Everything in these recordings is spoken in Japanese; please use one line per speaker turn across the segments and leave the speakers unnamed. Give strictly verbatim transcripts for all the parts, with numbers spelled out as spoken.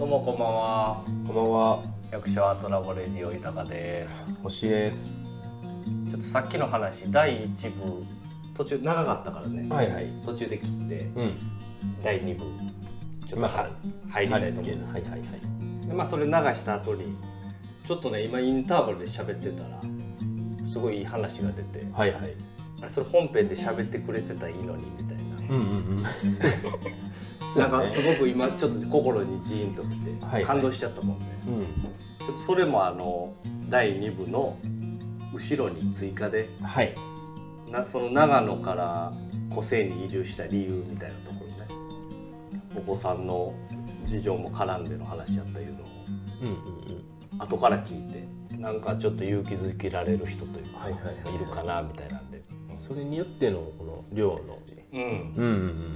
どうもこんばんは。
こんばんは。
役所アートラボレディオ豊です。
星です。
ちょっとさっきの話だいいち部途中長かったからね、
はいはい、
途中で切って、うん、だいに部ちょっと入りたいと思います。はいはいはい。でまあそれ流した後にちょっとね今インターバルで喋ってたらすごいいい話が出て、
はいはい、
あれそれ本編で喋ってくれてたらいいのにみたいな。
うんうんうん
なんかすごく今ちょっと心にジーンときて感動しちゃったもんね、はいはい、うん、ちょっとそれもあのだいに部の後ろに追加で、はい、なその長野から湖西に移住した理由みたいなところね、お子さんの事情も絡んでの話やったいうのを、うんうんうん、後から聞いてなんかちょっと勇気づけられる人というか、はいはいはいはい、いるかなみたいなんで、
それによってのこの量の、うんうんうん、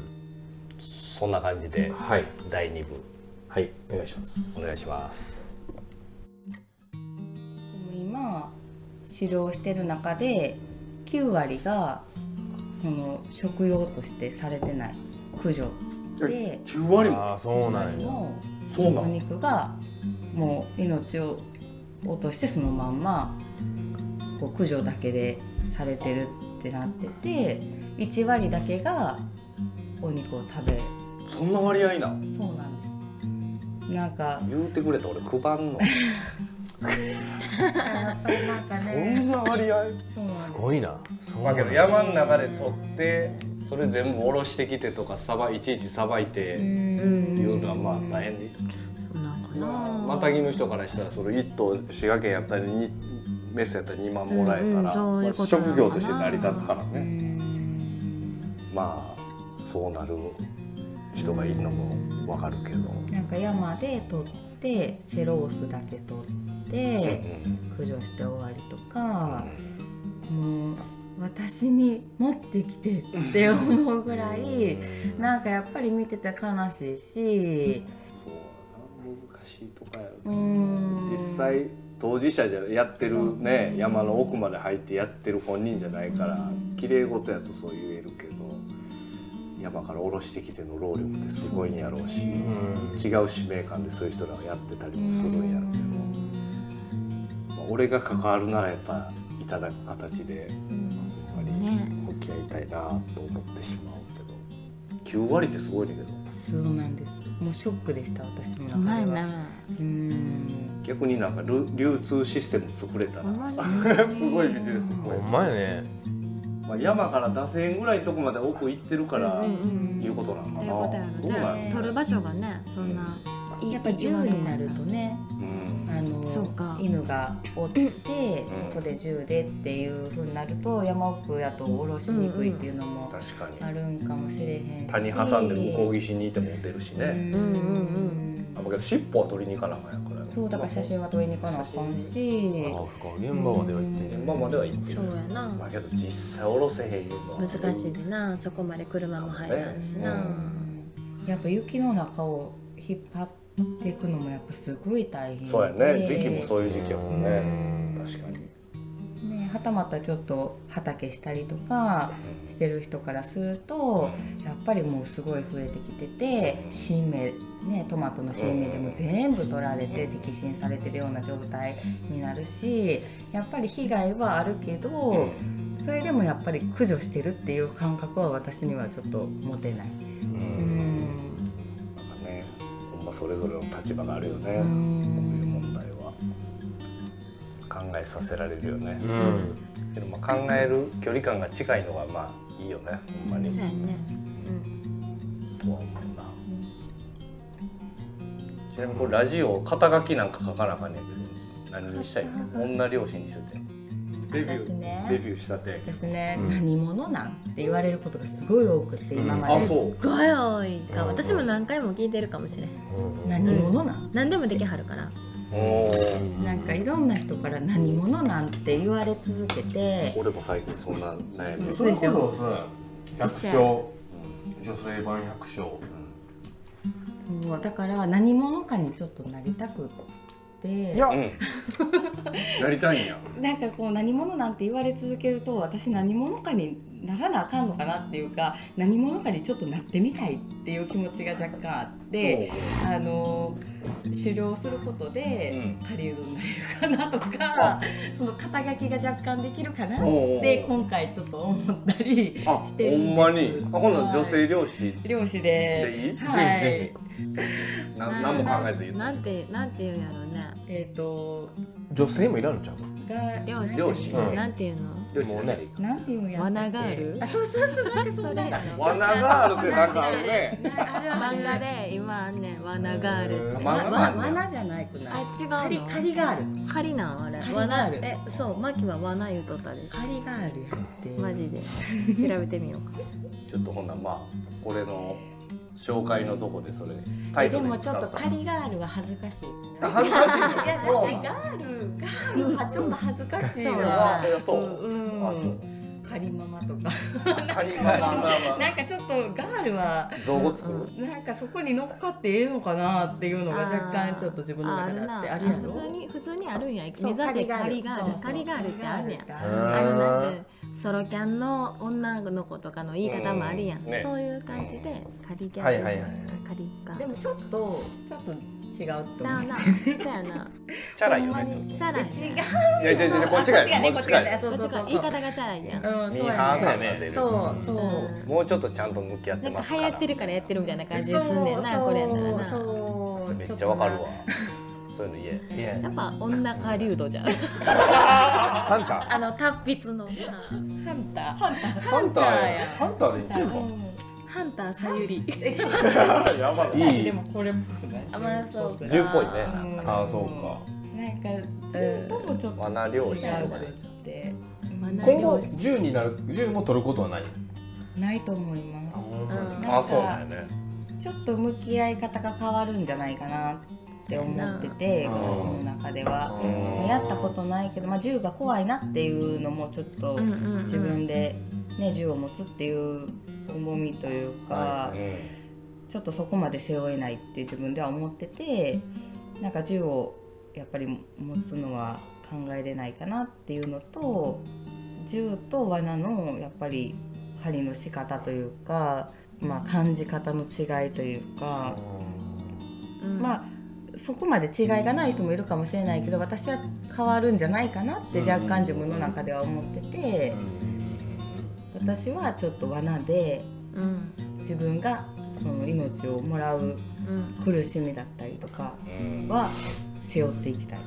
そんな感じで、はい、だいに部、
はい、お願いします。
お願いします。
でも今狩猟してる中できゅう割がその食用としてされてない駆除で、
きゅう割も、
あ、そうなんや。
のお肉がもう命を落としてそのまんまこう駆除だけでされてるってなってて、いち割だけがお肉を食べる。
そんな割合な。
そうなんです。なんか
言うてくれた俺配んの。
やっぱりなんかね。
そんな割合。
すごいな。
だけど山の中で取ってそれ全部下ろしてきてとかさばいちいちさばいていうのはまあ大変で。
なんかな。
マタギの人からしたらそれいっ頭滋賀県やったりにメスやったらにまんもらえたら、うんうん、まあ、職業として成り立つからね。まあそうなる人がいるのもわかるけど、
なんか山で取ってセロースだけ取って駆除して終わりとか、うん、もう私に持ってきてって思うぐらいなんかやっぱり見てて悲しいし、
そうな、難しいとかやる、ね、実際当事者じゃやってるね、山の奥まで入ってやってる本人じゃないから綺麗事やとそう言えるけど、山から下ろしてきての労力ってすごいんやろうし、うん、違う使命感でそういう人らがやってたりもするんやろうけど、まあ、俺が関わるならやっぱいただく形でやっぱり向き合いたいなと思ってしまうけど、きゅう割ってすごいねんけど。
そうなんです。もうショックでした私の中では。うまいな。うーん、
逆になんか流通システム作れたらすごいビジネスっぽい。
ほんまやね。
まあ、山から出せんぐらいのとこまで奥行ってるからいうことなのかな。どうなんや。
取る場所がね、そんな、
うん、やっぱ銃になるとね、うん、あのそうか、犬がおって、うん、そこで銃でっていう風になると山奥やと下ろしにくいっていうのもあるんかもしれへんし、
谷挟んで向こう岸にいても撃てるしね。うんうんうん、だけど尻尾は取りに行かなあかんやから。
そうだから写真は撮りに行かなあかんし、
ああ、現場までは行って
現場までは行ってる。
そうやな。
まあけど実際下ろせへんいうのは
難しいでな、そこまで車も入らんしな、ね、
うん、やっぱ雪の中を引っ張っていくのもやっぱすごい大変で。
そうやね、時期もそういう時期やもんね。うん、確かに
ね、はたまたちょっと畑したりとかしてる人からすると、うん、やっぱりもうすごい増えてきてて、新芽ね、トマトの新芽でも全部取られて摘心されてるような状態になるし、やっぱり被害はあるけど、うん、それでもやっぱり駆除してるっていう感覚は私にはちょっと持てない。うん、うん、
なんかね、ほんまそれぞれの立場があるよね。うん、こういう問題は考えさせられるよね。うん、けどまあ考える距離感が近いのがまあいいよね。ほんまに。
そうやね。
うん、とは思うな。ちなみにこれラジオ肩書きなんか書かなあかんねんけど、何にしたいの？女漁師にしといて。デビュー、ね、デビューしたて。
ですね、うん、何者なんって言われることがすごい多くて、今まで。
うん、あ、そう。
すごい多いか、私も何回も聞いてるかもしれん。
うん、何者なん？
何でもできはるから。
なんかいろんな人から何者なんて言われ続けて。
俺も最近そんな悩み。
それこそさ、百姓、女性版百姓。
そうだから何者かにちょっとなりたくって、
いや、
なりたいんや。
なんかこう何者なんて言われ続けると私何者かにならなあかんのかなっていうか何者かにちょっとなってみたいっていう気持ちが若干あってあの狩猟することで狩人になれるかなとか、うん、その肩書きが若干できるかなって今回ちょっと思ったりしてるんです。
あ、ほんまに。あ、ほんなら女性漁師
漁師で
でいい？
はい。
ぜひぜ
ひ。な何も考えず言う。
なんてなんて言うんやろうね。
えっと
女性もいらんのちゃう？
が
漁師。
漁師。
うん、なんていうの？
漁師もね。
なんていうんや。
ワナガール？
あ、そうそうそうなんかそれ。
ワナガールってなんかあるね。
漫画で今あんねんワナガール。
漫画なんだ。
ワナじゃないくない。
あ、違うの。
カリカリガール。
カリなんあれ。
カリガール。
え、そうマキはワナ言うとったで。
カリガールやって。
マジで調べてみようか。
ちょっとほんならまあこれの紹介のとこでそれ
タイトルでもちょっとカリガールは恥ずかしい。
恥ずかしい。いや
ガールガールはちょっと恥ずかしいわ。
そう。
うん。
あ、そう。
カリママとか。
カリママ。
なんかちょっとガールは
造語作る。
なんかそこに乗っかってええのかなっていうのが若干ちょっと自分の中であってあるやろ。
普通に普通にあるんや。目指せカリガール。カリガールってあるやん。
あ
あのなんてソロキャンの女の子とかの言い方もあるやん。そういう感じでカリガール。
はいはいはい。
カリガール。
でもちょっとちょっと違うって思う。
じゃあな、そうやな。
チャラいよね。
チャラい。違う。
いやいやいやこっちが
こっちが
そうそうそう。言い方がチャラいやん。
うん、
ミーハー感が出る。
そうそう。
もうちょっとちゃんと向き合ってますから。
なんか流行ってるからやってるみたいな感じですんねんな、これやったらな。
そう。
めっちゃわかるわ。そういうの言え。
やっぱ女狩人じゃん。
ハンター。
あの達筆の
ハンター。
ハンター。ハンターや。ハンターでいってるか。
ハンターさゆり。
やばい。
いい。
でもこれ
あ、まあそう。
銃っぽいね。
ああそうか。
なんかずっともちょっと
罠漁師とか
で。
今後銃になる銃も取ることはない。
ないと思います。
あ、そうなんやね。
ちょっと向き合い方が変わるんじゃないかなって思ってて、私の中では。やったことないけど、まあ銃が怖いなっていうのもちょっと自分でね銃を持つっていう重みというか、ちょっとそこまで背負えないって自分では思ってて、なんか銃をやっぱり持つのは考えれないかなっていうのと、銃と罠のやっぱり狩りの仕方というか、まあ感じ方の違いというか、まあそこまで違いがない人もいるかもしれないけど、私は変わるんじゃないかなって若干自分の中では思ってて、私はちょっと罠で自分がその命をもらう苦しみだったりとかは背負っていきたい。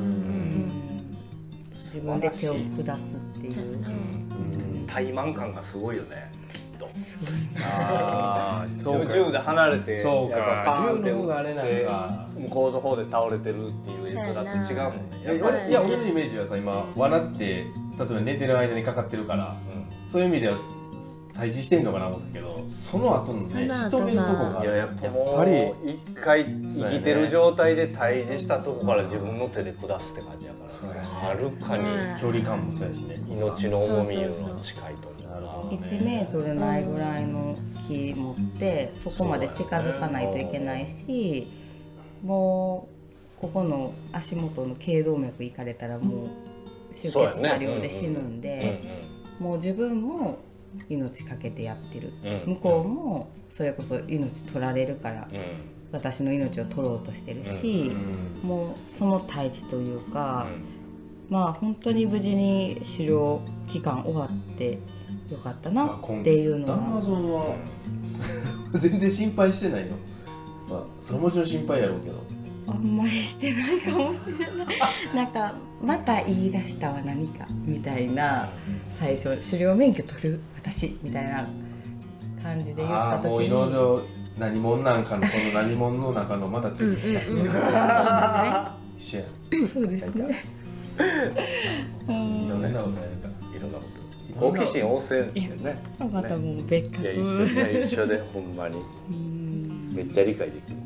自分で手を下すっていう
怠慢感がすごいよね。
すごい
ああ、銃で離れて、
そうか、
やっぱパーンって
銃の方があれなんか
向こうの方で倒れてるっていう絵面と違うもんね。
いや、俺のイメージはさ、今罠って例えば寝てる間にかかってるから、うん、そういう意味では対峙してんのかなと思ったけど、その後のね仕留めるとこがある。
いや、やっぱもう一回生きてる状態で対峙したとこから自分の手で下すって感じやから、はるかに
距離感もそうやしね、
命の重みいうのは近いと思う。
いちメートルないぐらいの木持ってそこまで近づかないといけないし、もうここの足元の頸動脈いかれたらもう出血多量で死ぬんで、もう自分も命かけてやってる、向こうもそれこそ命取られるから私の命を取ろうとしてるし、もうその対峙というか、まあ本当に無事に狩猟期間終わってよかったなっていうのは。
旦那さんは全然心配してないの？まあそれもちろん心配やろうけど。
あんまりしてないかもしれない。なんかまた言い出したは何かみたいな、最初狩猟免許取る私みたいな感じで言った時に、
もういろいろ何者なんかのこの何者の中のまた次来た。
そうですね。
一緒や。
そうですね。
いろんなことやるから。
いろんなこと。好奇心旺盛ね。
またもう別格。
いや一緒いや一緒でほんまに。めっちゃ理解できる。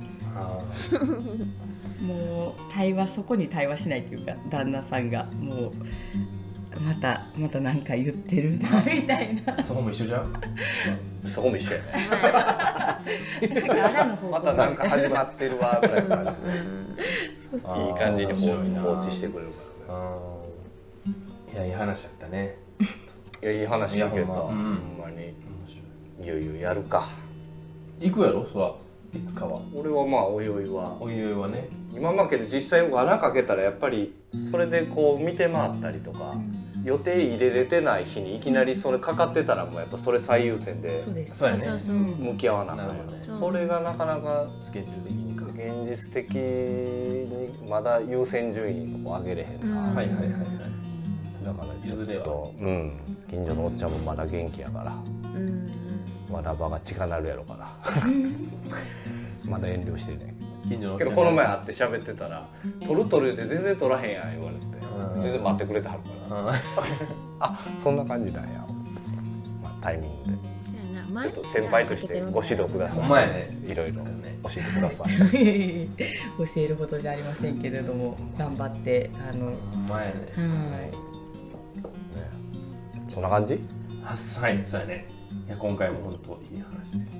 もう対話そこに対話しないというか、旦那さんがもうまたまた何か言ってるなみたいな。
そこも一緒じゃん。
そこも一緒やね。またなんか始まってるわぐらいの感じで、いい感じに放置してくれるからね。
いやいい話やったね。
いやいい話聞けた。
ほ
ほんまにいよいよやるか。
行くやろそらいつかは。
俺はまあおいおいは
おいおいはね
今までけど実際穴かけたらやっぱりそれでこう見て回ったりとか、予定入れれてない日にいきなりそれかかってたらもうやっぱそれ最優先で
そうです。
そうやね
そうそう
向き合わなあかんよね。それがなかなか
スケジュール的にか。
現実的にまだ優先順位こう上げれへんな、
うん
はいはいはいはい。
だからちょ
譲れは
っと、うん、近所のおっちゃんもまだ元気やから
うん
まだ場が近なるやろからまだ遠慮してね。
近所の
けどこの前会って喋ってたら「取る取る」言うて全然取らへんやん言われて
うん
全然待ってくれてはるからあそんな感じなんや、まあ、タイミングでちょっと先輩としてご指導ください。
ほんまやね。
いろいろ教えてください。
教えるほどじゃありませんけれども頑張ってあの
ほんまやね。
はい
ねそんな感じ？
あはいそうやね。いや今回も本当いい話でした。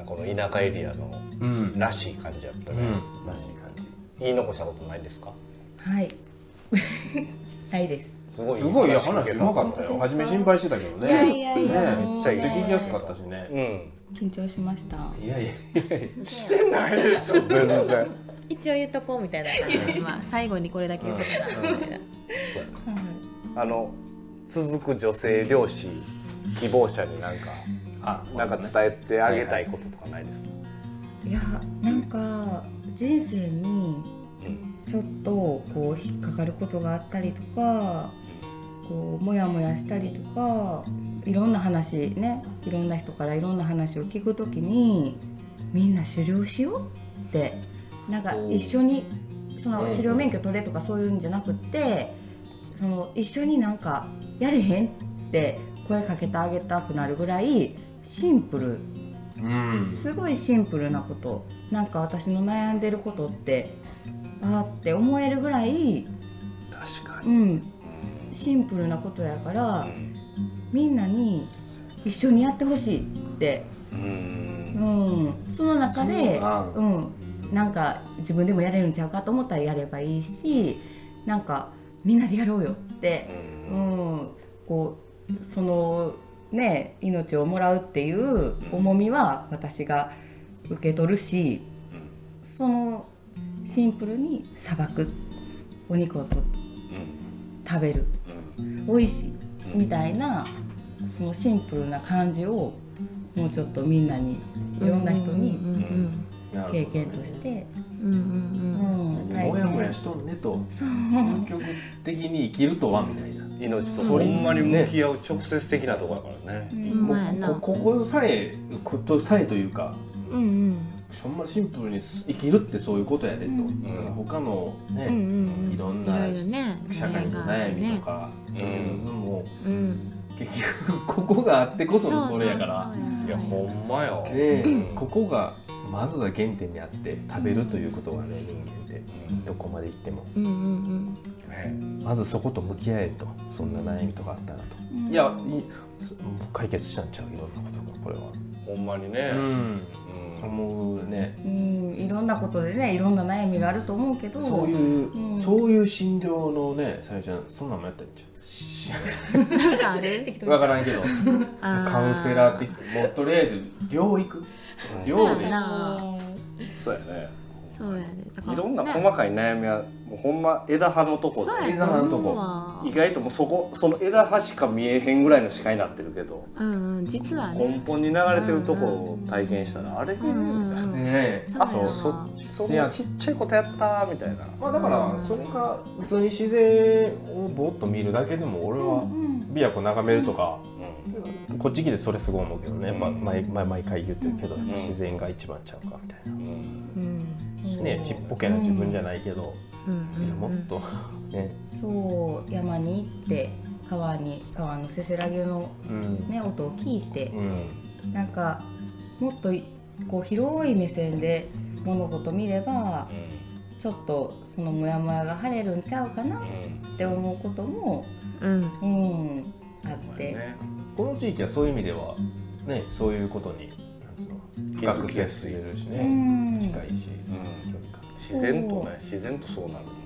この田舎エリアの
うん
らしい感じやったね、
うんらしい感じ。
言い残したことないですか？
はいないです。
すごい
すごいいや
聞け
話うまかったよ。初め心配してたけど
いやい
ね。
やいや、
ね
もう
めっちゃいい
めっちゃ聞きやすかったしね。
うん
緊張しました。
いやいやいやいや。
してないでしょ全然
一応言っとこうみたいな感じで、まあ最後にこれだけ言っとこうかなみたいな。
あの続く女性漁師希望者になんか
あ
なんか伝えてあげたいこととかないですか？
いやなんか人生に
うん
ちょっとこう引っかかることがあったりとかこうモヤモヤしたりとかいろんな話ねいろんな人からいろんな話を聞くときにみんな狩猟しようってなんか一緒にその狩猟免許取れとかそういうんじゃなくってその一緒になんかやれへんって声かけてあげたくなるぐらいシンプル
うん
すごいシンプルなことなんか私の悩んでることってあーって思えるぐらい、
確かに、
うん、シンプルなことやからみんなに一緒にやってほしいって、
うん
うん、その中で
そうな
うん、なんか自分でもやれるんちゃうかと思ったらやればいいしなんかみんなでやろうよって、うん、こうそのね命をもらうっていう重みは私が受け取るしそのシンプルにさばくお肉をと食べる美味しいみたいなそのシンプルな感じをもうちょっとみんなにいろんな人に経験として
うんうん
うん体
もやもや
験
しとるねと
そう
究極的に生きるとはみたいな。
命とほんまに向き合う直接的なところだからね、
うん
もう
まあな
こここさえことさえというか
うんうん
ほんまシンプルに生きるってそういうことやでと、
うん
他のね、
うんうんうん
いろんない
ろいろね
社会の悩みとか、そういうのも
うん
結局ここがあってこそのそれやから
そうそうそう
いやほんまよ、
ね
うん
ここがまずは原点にあって食べるということがね人間って
うん
どこまで行っても
うんうん
ね
まずそこと向き合えとそんな悩みとかあったらと、
うん
いやいそ解決したんちゃういろんなことがこれは、
ほんまにね、
うん、
うん
思うね
うんいろんなことでねいろんな悩みがあると思うけど
そういう、
うん
そういう診療のねさゆちゃんそんなんもやったんちゃう
うんなんかある
分からんけど
あ
カウンセラー的もうとりあえず寮行く
そうや
寮で
な
そうやね
そうやねだから
いろんな
ね
細かい悩みはもうほんま枝葉のとこで
そうや
枝葉のとこ
と思うわ
意外ともうそこその枝葉しか見えへんぐらいの視界になってるけど
うんうん実は
根
ね
本に流れてるとこを体験したらあれ、
うんうんうん
でね
そうやわ
あそっちそんなちっちゃいことやったみたいな
まあだからそれか普通に自然をぼーっと見るだけでも俺は
うん
琵琶湖眺めるとか
う
こっち来てそれすごい思うけどねやっぱ
うん
毎毎毎回言ってるけど
ん
自然が一番ちゃうかみたいな。
んうん
うん
ねちっぽけな自分じゃないけど、
うん
いやもっとね、
そう山に行って川に川のせせらぎの、
うん
ね、音を聞いて
うん
なんかもっとこう広い目線で物事見ればちょっとそのモヤモヤが晴れるんちゃうかなって思うことも、
うん
うん、あって、
ね
この地域はそういう意味ではねそういうことになんつうの深く接してるし
う
ね、
ん
近いし、
うん
距離感
自然とね自然とそうなるもんね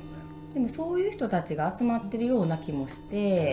でもそういう人たちが集まってるような気もして、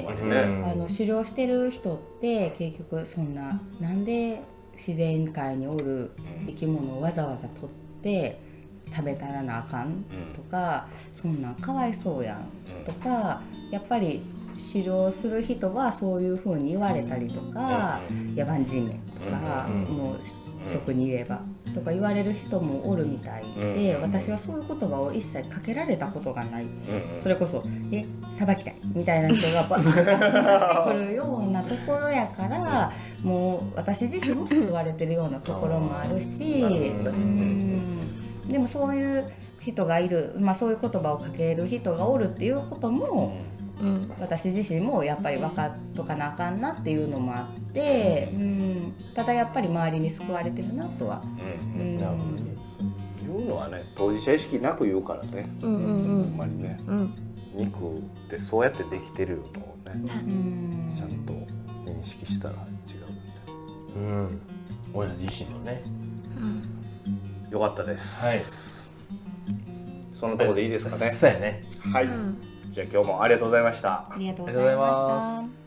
うんね、
あの狩猟してる人って結局そんななんで自然界におる生き物をわざわざ取って食べたらなあかんとか、うん、そんなんかわいそうやんとか、やっぱり狩猟する人はそういう風に言われたりとか、うん、野蛮人ねとか、うん、もう直に言えばとか言われる人もおるみたいで、私はそういう言葉を一切かけられたことがない、それこそえさばきたいみたいな人がバーッと集まってくるようなところやから、もう私自身も救われてるようなところもあるし、うんでもそういう人がいる、まあ、そういう言葉をかける人がおるっていうことも、うん、私自身もやっぱり分かっとかなあかんなっていうのもあって、うん、ただやっぱり周りに救われてるなとは、うんうん、
言うのはね、当事者意識なく言うからね、うんうんうん、ほんまにね、うん、肉ってそうやってできてるよと思うね、うん、ちゃんと認識したら違うよね、
うん、俺ら自身のね、
うん、よかったです、はい、そのところでいいですかね。
そうやね、
はい、うん、じゃあ今日もありがとうございました。
ありがとうございました。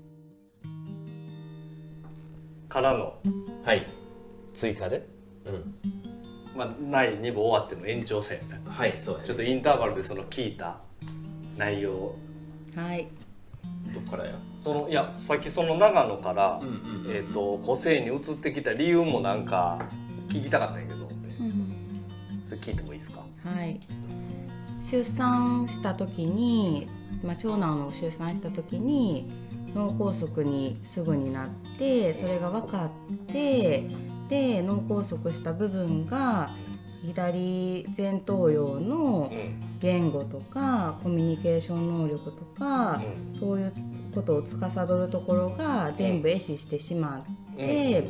からの、
はい、
追加で、
うん、
まあないに部終わっての延長戦、
はい、そうやね、
ちょっとインターバルでその聞いた内容、
はい、
どっからや、
そのいやさっきその長野から、うんうんうん、えーと個性に移ってきた理由もなんか聞きたかったんやけど、うん、それ聞いてもいいですか。
はい、出産した時に、まあ、長男を出産した時に脳梗塞にすぐになって、それが分かって、で脳梗塞した部分が左前頭葉の言語とかコミュニケーション能力とか、そういうことを司るところが全部壊死してしまって、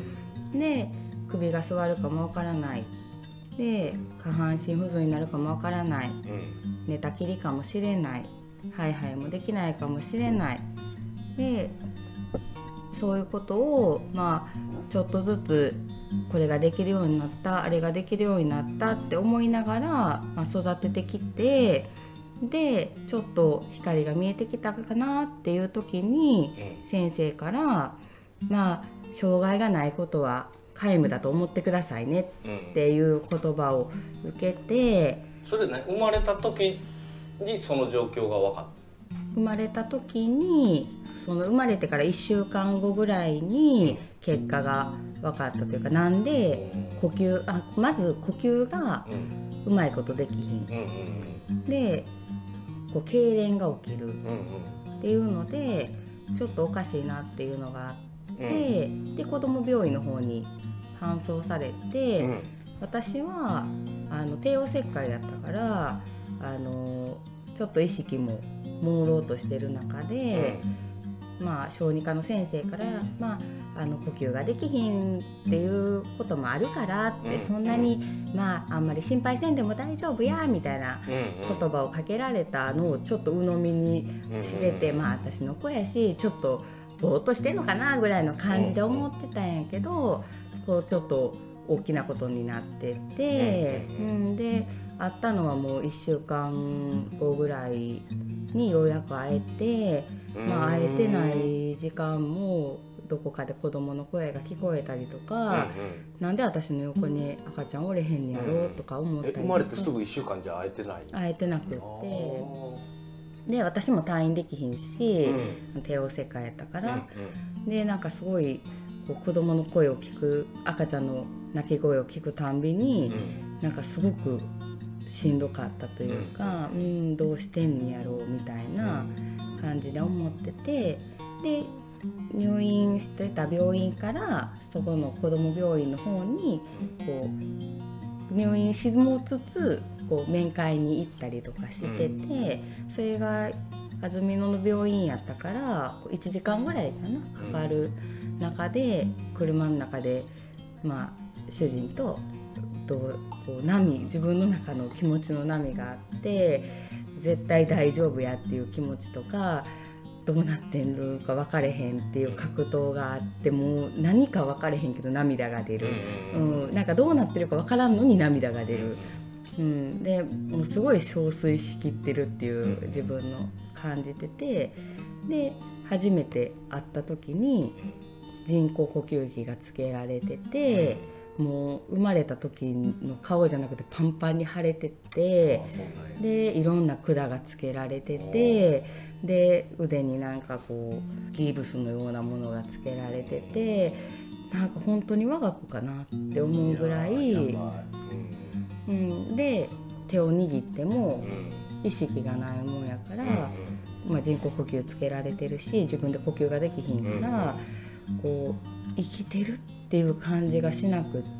で首が座るかもわからない、で下半身不随になるかもわからない、寝たきりかもしれない、ハイハイもできないかもしれない、でそういうことを、まあ、ちょっとずつこれができるようになった、あれができるようになったって思いながら、まあ、育ててきて、でちょっと光が見えてきたかなっていう時に、うん、先生からまあ障害がないことは皆無だと思ってくださいねっていう言葉を受けて、
うん、それね、生まれた時にその状況が分かった。
生まれた時に、その生まれてからいっしゅうかんごぐらいに結果が分かったというか、なんで呼吸、あまず呼吸がうまいことできひん、うん、でこう痙攣が起きるっていうので、ちょっとおかしいなっていうのがあって、うん、で子ども病院の方に搬送されて、うん、私はあの帝王切開だったから、あのちょっと意識も朦朧としてる中で、うん、まあ小児科の先生から、まああの呼吸ができひんっていうこともあるからって、うん、そんなに、まあ、あんまり心配せんでも大丈夫やみたいな言葉をかけられたのをちょっと鵜呑みにしてて、まあ私の子やしちょっとぼーっとしてんのかなぐらいの感じで思ってたんやけど、こうちょっと大きなことになってて、うん、で会ったのはもういっしゅうかんごぐらいにようやく会えて、まあ、会えてない時間もどこかで子供の声が聞こえたりとか、うんうん、なんで私の横に赤ちゃんおれへんねやろうとか思ったりとか、
うん、生まれてすぐいっしゅうかんじゃ会えてない？
会えてなくって、で私も退院できひんし、うん、帝王切開やったから、うんうん、でなんかすごいこう子供の声を聞く、赤ちゃんの泣き声を聞くたんびに、うん、なんかすごくしんどかったというか、うん、うん、どうしてんやろうみたいな感じで思ってて、で入院してた病院からそこの子ども病院の方にこう入院しもつつこう面会に行ったりとかしてて、それが安曇野の病院やったからいちじかんぐらいかなかかる中で、車の中で、まあ、主人ととこう波自分の中の気持ちの波があって、絶対大丈夫やっていう気持ちとか、どうなってんのか分かれへんっていう格闘があって、もう何か分かれへんけど涙が出る、うんうん、なんかどうなってるか分からんのに涙が出る、 うん、でもうすごい憔悴しきってるっていう自分の感じてて、で初めて会った時に人工呼吸器がつけられてて、もう生まれた時の顔じゃなくてパンパンに腫れてて、でいろんな管がつけられてて、で腕になんかこうギブスのようなものがつけられてて、なんか本当に我が子かなって思うぐらい、うん、で手を握っても意識がないもんやから、まあ、人工呼吸つけられてるし自分で呼吸ができひんから、こう生きてるっていう感じがしなくって、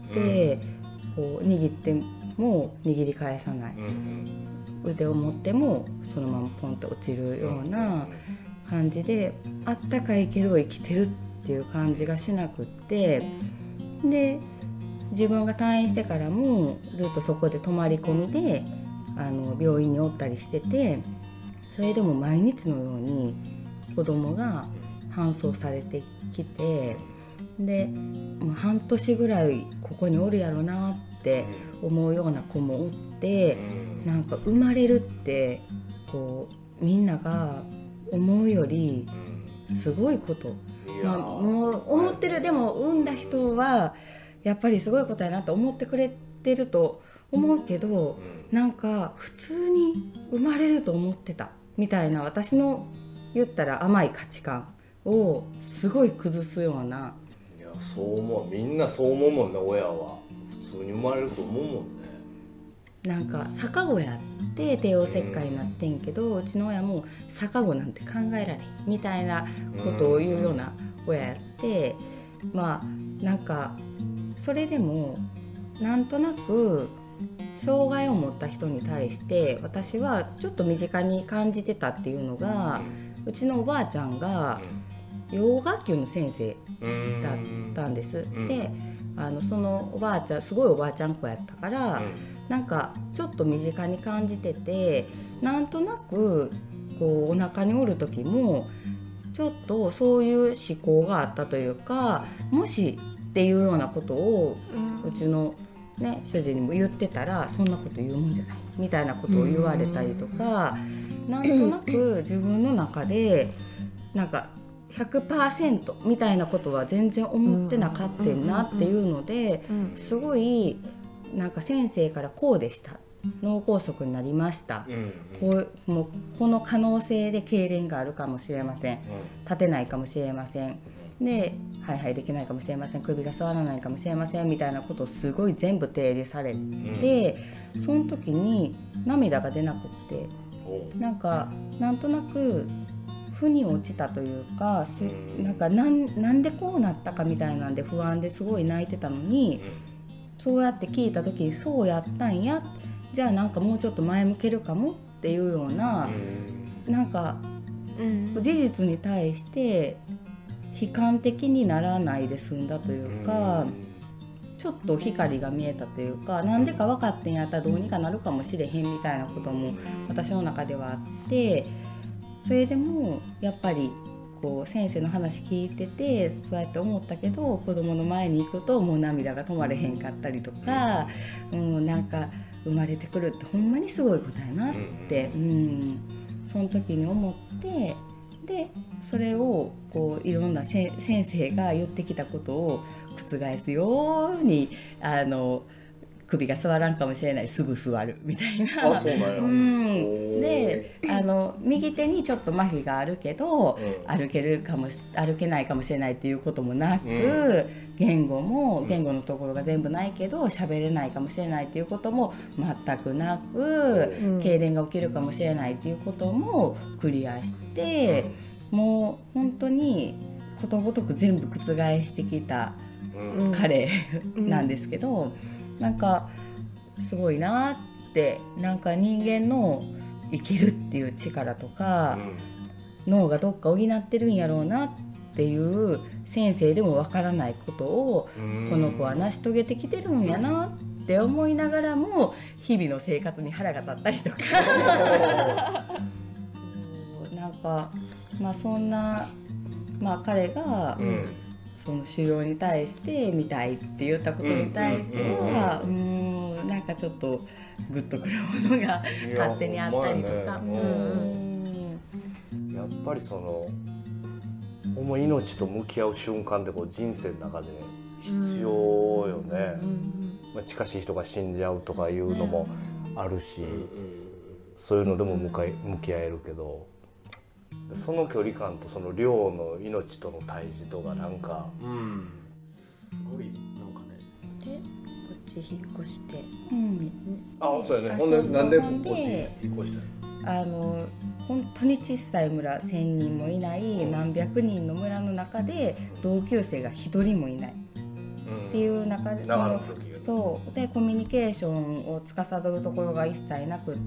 こう握っても握り返さない、腕を持ってもそのままポンと落ちるような感じで、あったかいけど生きてるっていう感じがしなくって、で自分が退院してからもずっとそこで泊まり込みであの病院におったりしてて、それでも毎日のように子供が搬送されてきて、でもう半年ぐらいここにおるやろなって思うような子もおって、なんか生まれるってこうみんなが思うよりすごいこと、まあ、もう思ってる、でも産んだ人はやっぱりすごいことやなと思ってくれてると思うけど、なんか普通に生まれると思ってたみたいな、私の言ったら甘い価値観をすごい崩すような。
いやそう思う、みんなそう思うもんね。親は普通に生まれると思うもんね。
なんか逆子やって帝王切開になってんけど、うちの親も逆子なんて考えられんみたいなことを言うような親やって、まあなんかそれでもなんとなく障害を持った人に対して私はちょっと身近に感じてたっていうのが、うちのおばあちゃんが洋学級の先生だったんです。であのそのおばあちゃんすごいおばあちゃん子やったから、なんかちょっと身近に感じてて、なんとなくこうお腹におる時もちょっとそういう思考があったというか、もしっていうようなことをうちの、ね、主人にも言ってたら、そんなこと言うもんじゃないみたいなことを言われたりとか、なんとなく自分の中でなんか ひゃくパーセント みたいなことは全然思ってなかったなっていうので、すごいなんか先生からこうでした、脳梗塞になりました、うんうん、こうもうこの可能性で痙攣があるかもしれません、うん、立てないかもしれません、でハイハイできないかもしれません、首が座らないかもしれませんみたいなことをすごい全部提示されて、うん、その時に涙が出なくって、なんかなんとなく腑に落ちたというか、なんかなん、なんでこうなったかみたいなんで不安ですごい泣いてたのに、そうやって聞いた時にそうやったんや、じゃあなんかもうちょっと前向けるかもっていうような、なんか事実に対して悲観的にならないで済んだというか、ちょっと光が見えたというか、なんでか分かってんやったらどうにかなるかもしれへんみたいなことも私の中ではあって、それでもやっぱりこう先生の話聞いててそうやって思ったけど、子供の前に行くともう涙が止まれへんかったりとか、うん、なんか生まれてくるってほんまにすごいことやなって、うん、その時に思って、でそれをこういろんなせ先生が言ってきたことを覆すように、あの首が座らんかもしれない、すぐ座るみたいな。
あ、そうなんや。
うん、であの右手にちょっと麻痺があるけど、うん、歩けるかもし歩けないかもしれないっていうこともなく、うん、言語も言語のところが全部ないけど喋れないかもしれないっていうことも全くなく、うん、痙攣が起きるかもしれないっていうこともクリアして、うん、もう本当にことごとく全部覆してきた彼なんですけど、なんかすごいなって、なんか人間の生きるっていう力とか、うん、脳がどっか補ってるんやろうなっていう先生でもわからないことをこの子は成し遂げてきてるんやなって思いながらも、日々の生活に腹が立ったりとかそうなんか、まあ、そんな、まあ、彼が、うんその狩猟に対して見たいって言ったことに対しては、うん、うん、ななんかちょっとグッとくるものが勝手にあったりとか、
ほんまやねうんやっぱりそのほんま命と向き合う瞬間でこう人生の中で必要よね、まあ、近しい人が死んじゃうとかいうのもあるし、そういうのでも向かい向き合えるけど、その距離感とその量の命との対峙とかなんか、うん、すごいなんかね。
でこっち引っ越して、
うん、
あ、そうやね。ほんでなんでこっち引っ越したの？
あの本当に小さい村、せんにんもいない何百人の村の中で同級生が一人もいないっていう中で、そのそうでコミュニケーションを司るところが一切なくって、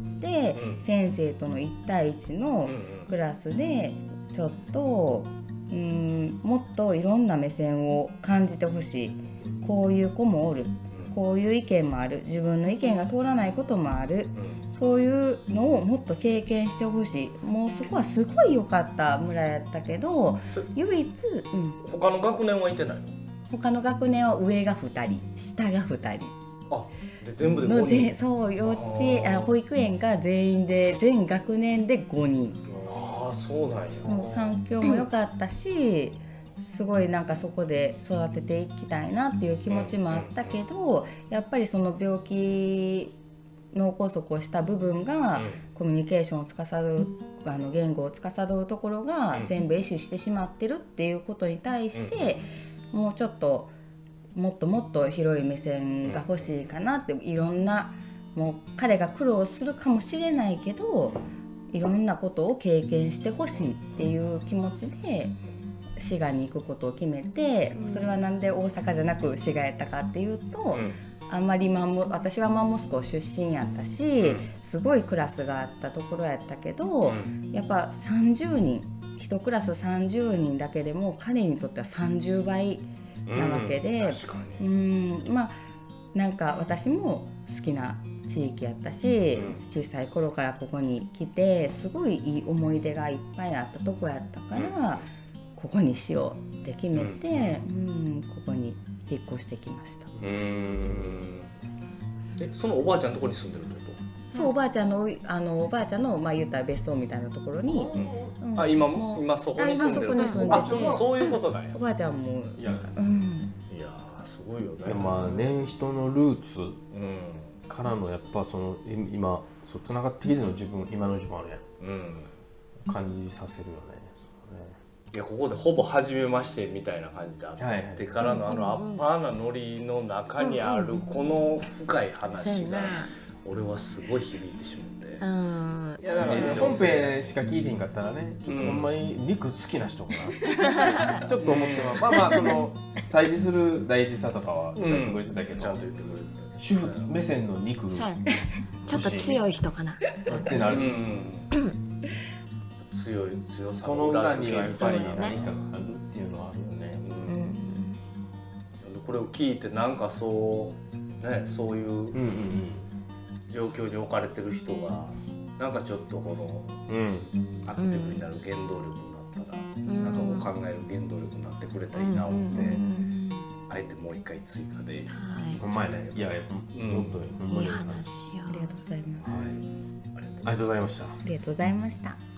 うん、先生とのいち対いちのクラスでちょっとうーんもっといろんな目線を感じてほしい、こういう子もおる、こういう意見もある、自分の意見が通らないこともある、そういうのをもっと経験してほしい。もうそこはすごい良かった村やったけど、唯一、うん、
他の学年はいてないの？
他の学年は上がふたり、下がふたり。
あ、で全部でごにん。
そう幼稚園あ保育園が全員で全学年でごにん。
ああそうなんや。
環境も良かったし、すごいなんかそこで育てていきたいなっていう気持ちもあったけど、やっぱりその病気脳梗塞をした部分が、うん、コミュニケーションを司るあの言語を司るところが全部壊死してしまってるっていうことに対して、うん、もうちょっともっともっと広い目線が欲しいかなって、いろんなもう彼が苦労するかもしれないけどいろんなことを経験してほしいっていう気持ちで滋賀に行くことを決めて、それはなんで大阪じゃなく滋賀やったかっていうと、うんあんまりマンモ私はマンモス校出身やったし、すごいクラスがあったところやったけど、うん、やっぱさんじゅうにんいちクラスさんじゅうにんだけでも彼にとってはさんじゅうばいなわけで、うん、うんまあなんか私も好きな地域やったし、うん、小さい頃からここに来てすごいいい思い出がいっぱいあったとこやったから、うん、ここにしようって決めて、うんうん、ここに引っ越してきました。うーん
えそのおばあちゃんのところに住んでるってこと？
そうおばあちゃんのあのおばあちゃんのまあ言ったら別荘みたいなところに、
うん、あ今も今そこに住んでる。
今そこに住んでて、
あそういうことなんや。
おばあちゃんも
いや、うん、いやすごいよね。
まあね人のルーツからのやっぱその今そうつながってきてるの自分今の自分はね、うん、感じさせるよね。
いやここでほぼ初めましてみたいな感じであってからのあのアッパーなノリの中にあるこの深い話が俺はすごい響いてしまって、うん、
いやだから、ね、本編しか聞いてへんかったらねちょっとほんまに肉好きな人かな、うん、ちょっと思ってます。まあまあその対峙する大事さとかは伝えてくれてたけど、うん、
ちゃんと言ってくれてた
主婦目線の肉
そうやねちょっと強い人かな
ってなる、うん
強い強さ
その裏にはやっぱり何かがあるっていうのはあるよね、うんうん、
これを聞いてなんかそうねそういう状況に置かれてる人がなんかちょっとこの、うん、アクティブになる原動力になったら、うん、なんかこう考える原動力になってくれたらいいな思って、うん、あえてもう一回追加で、
ほんまやねいやいや本当に
いい話よ
ありがとうございます、はい、
ありがとうございました
ありがとうございました。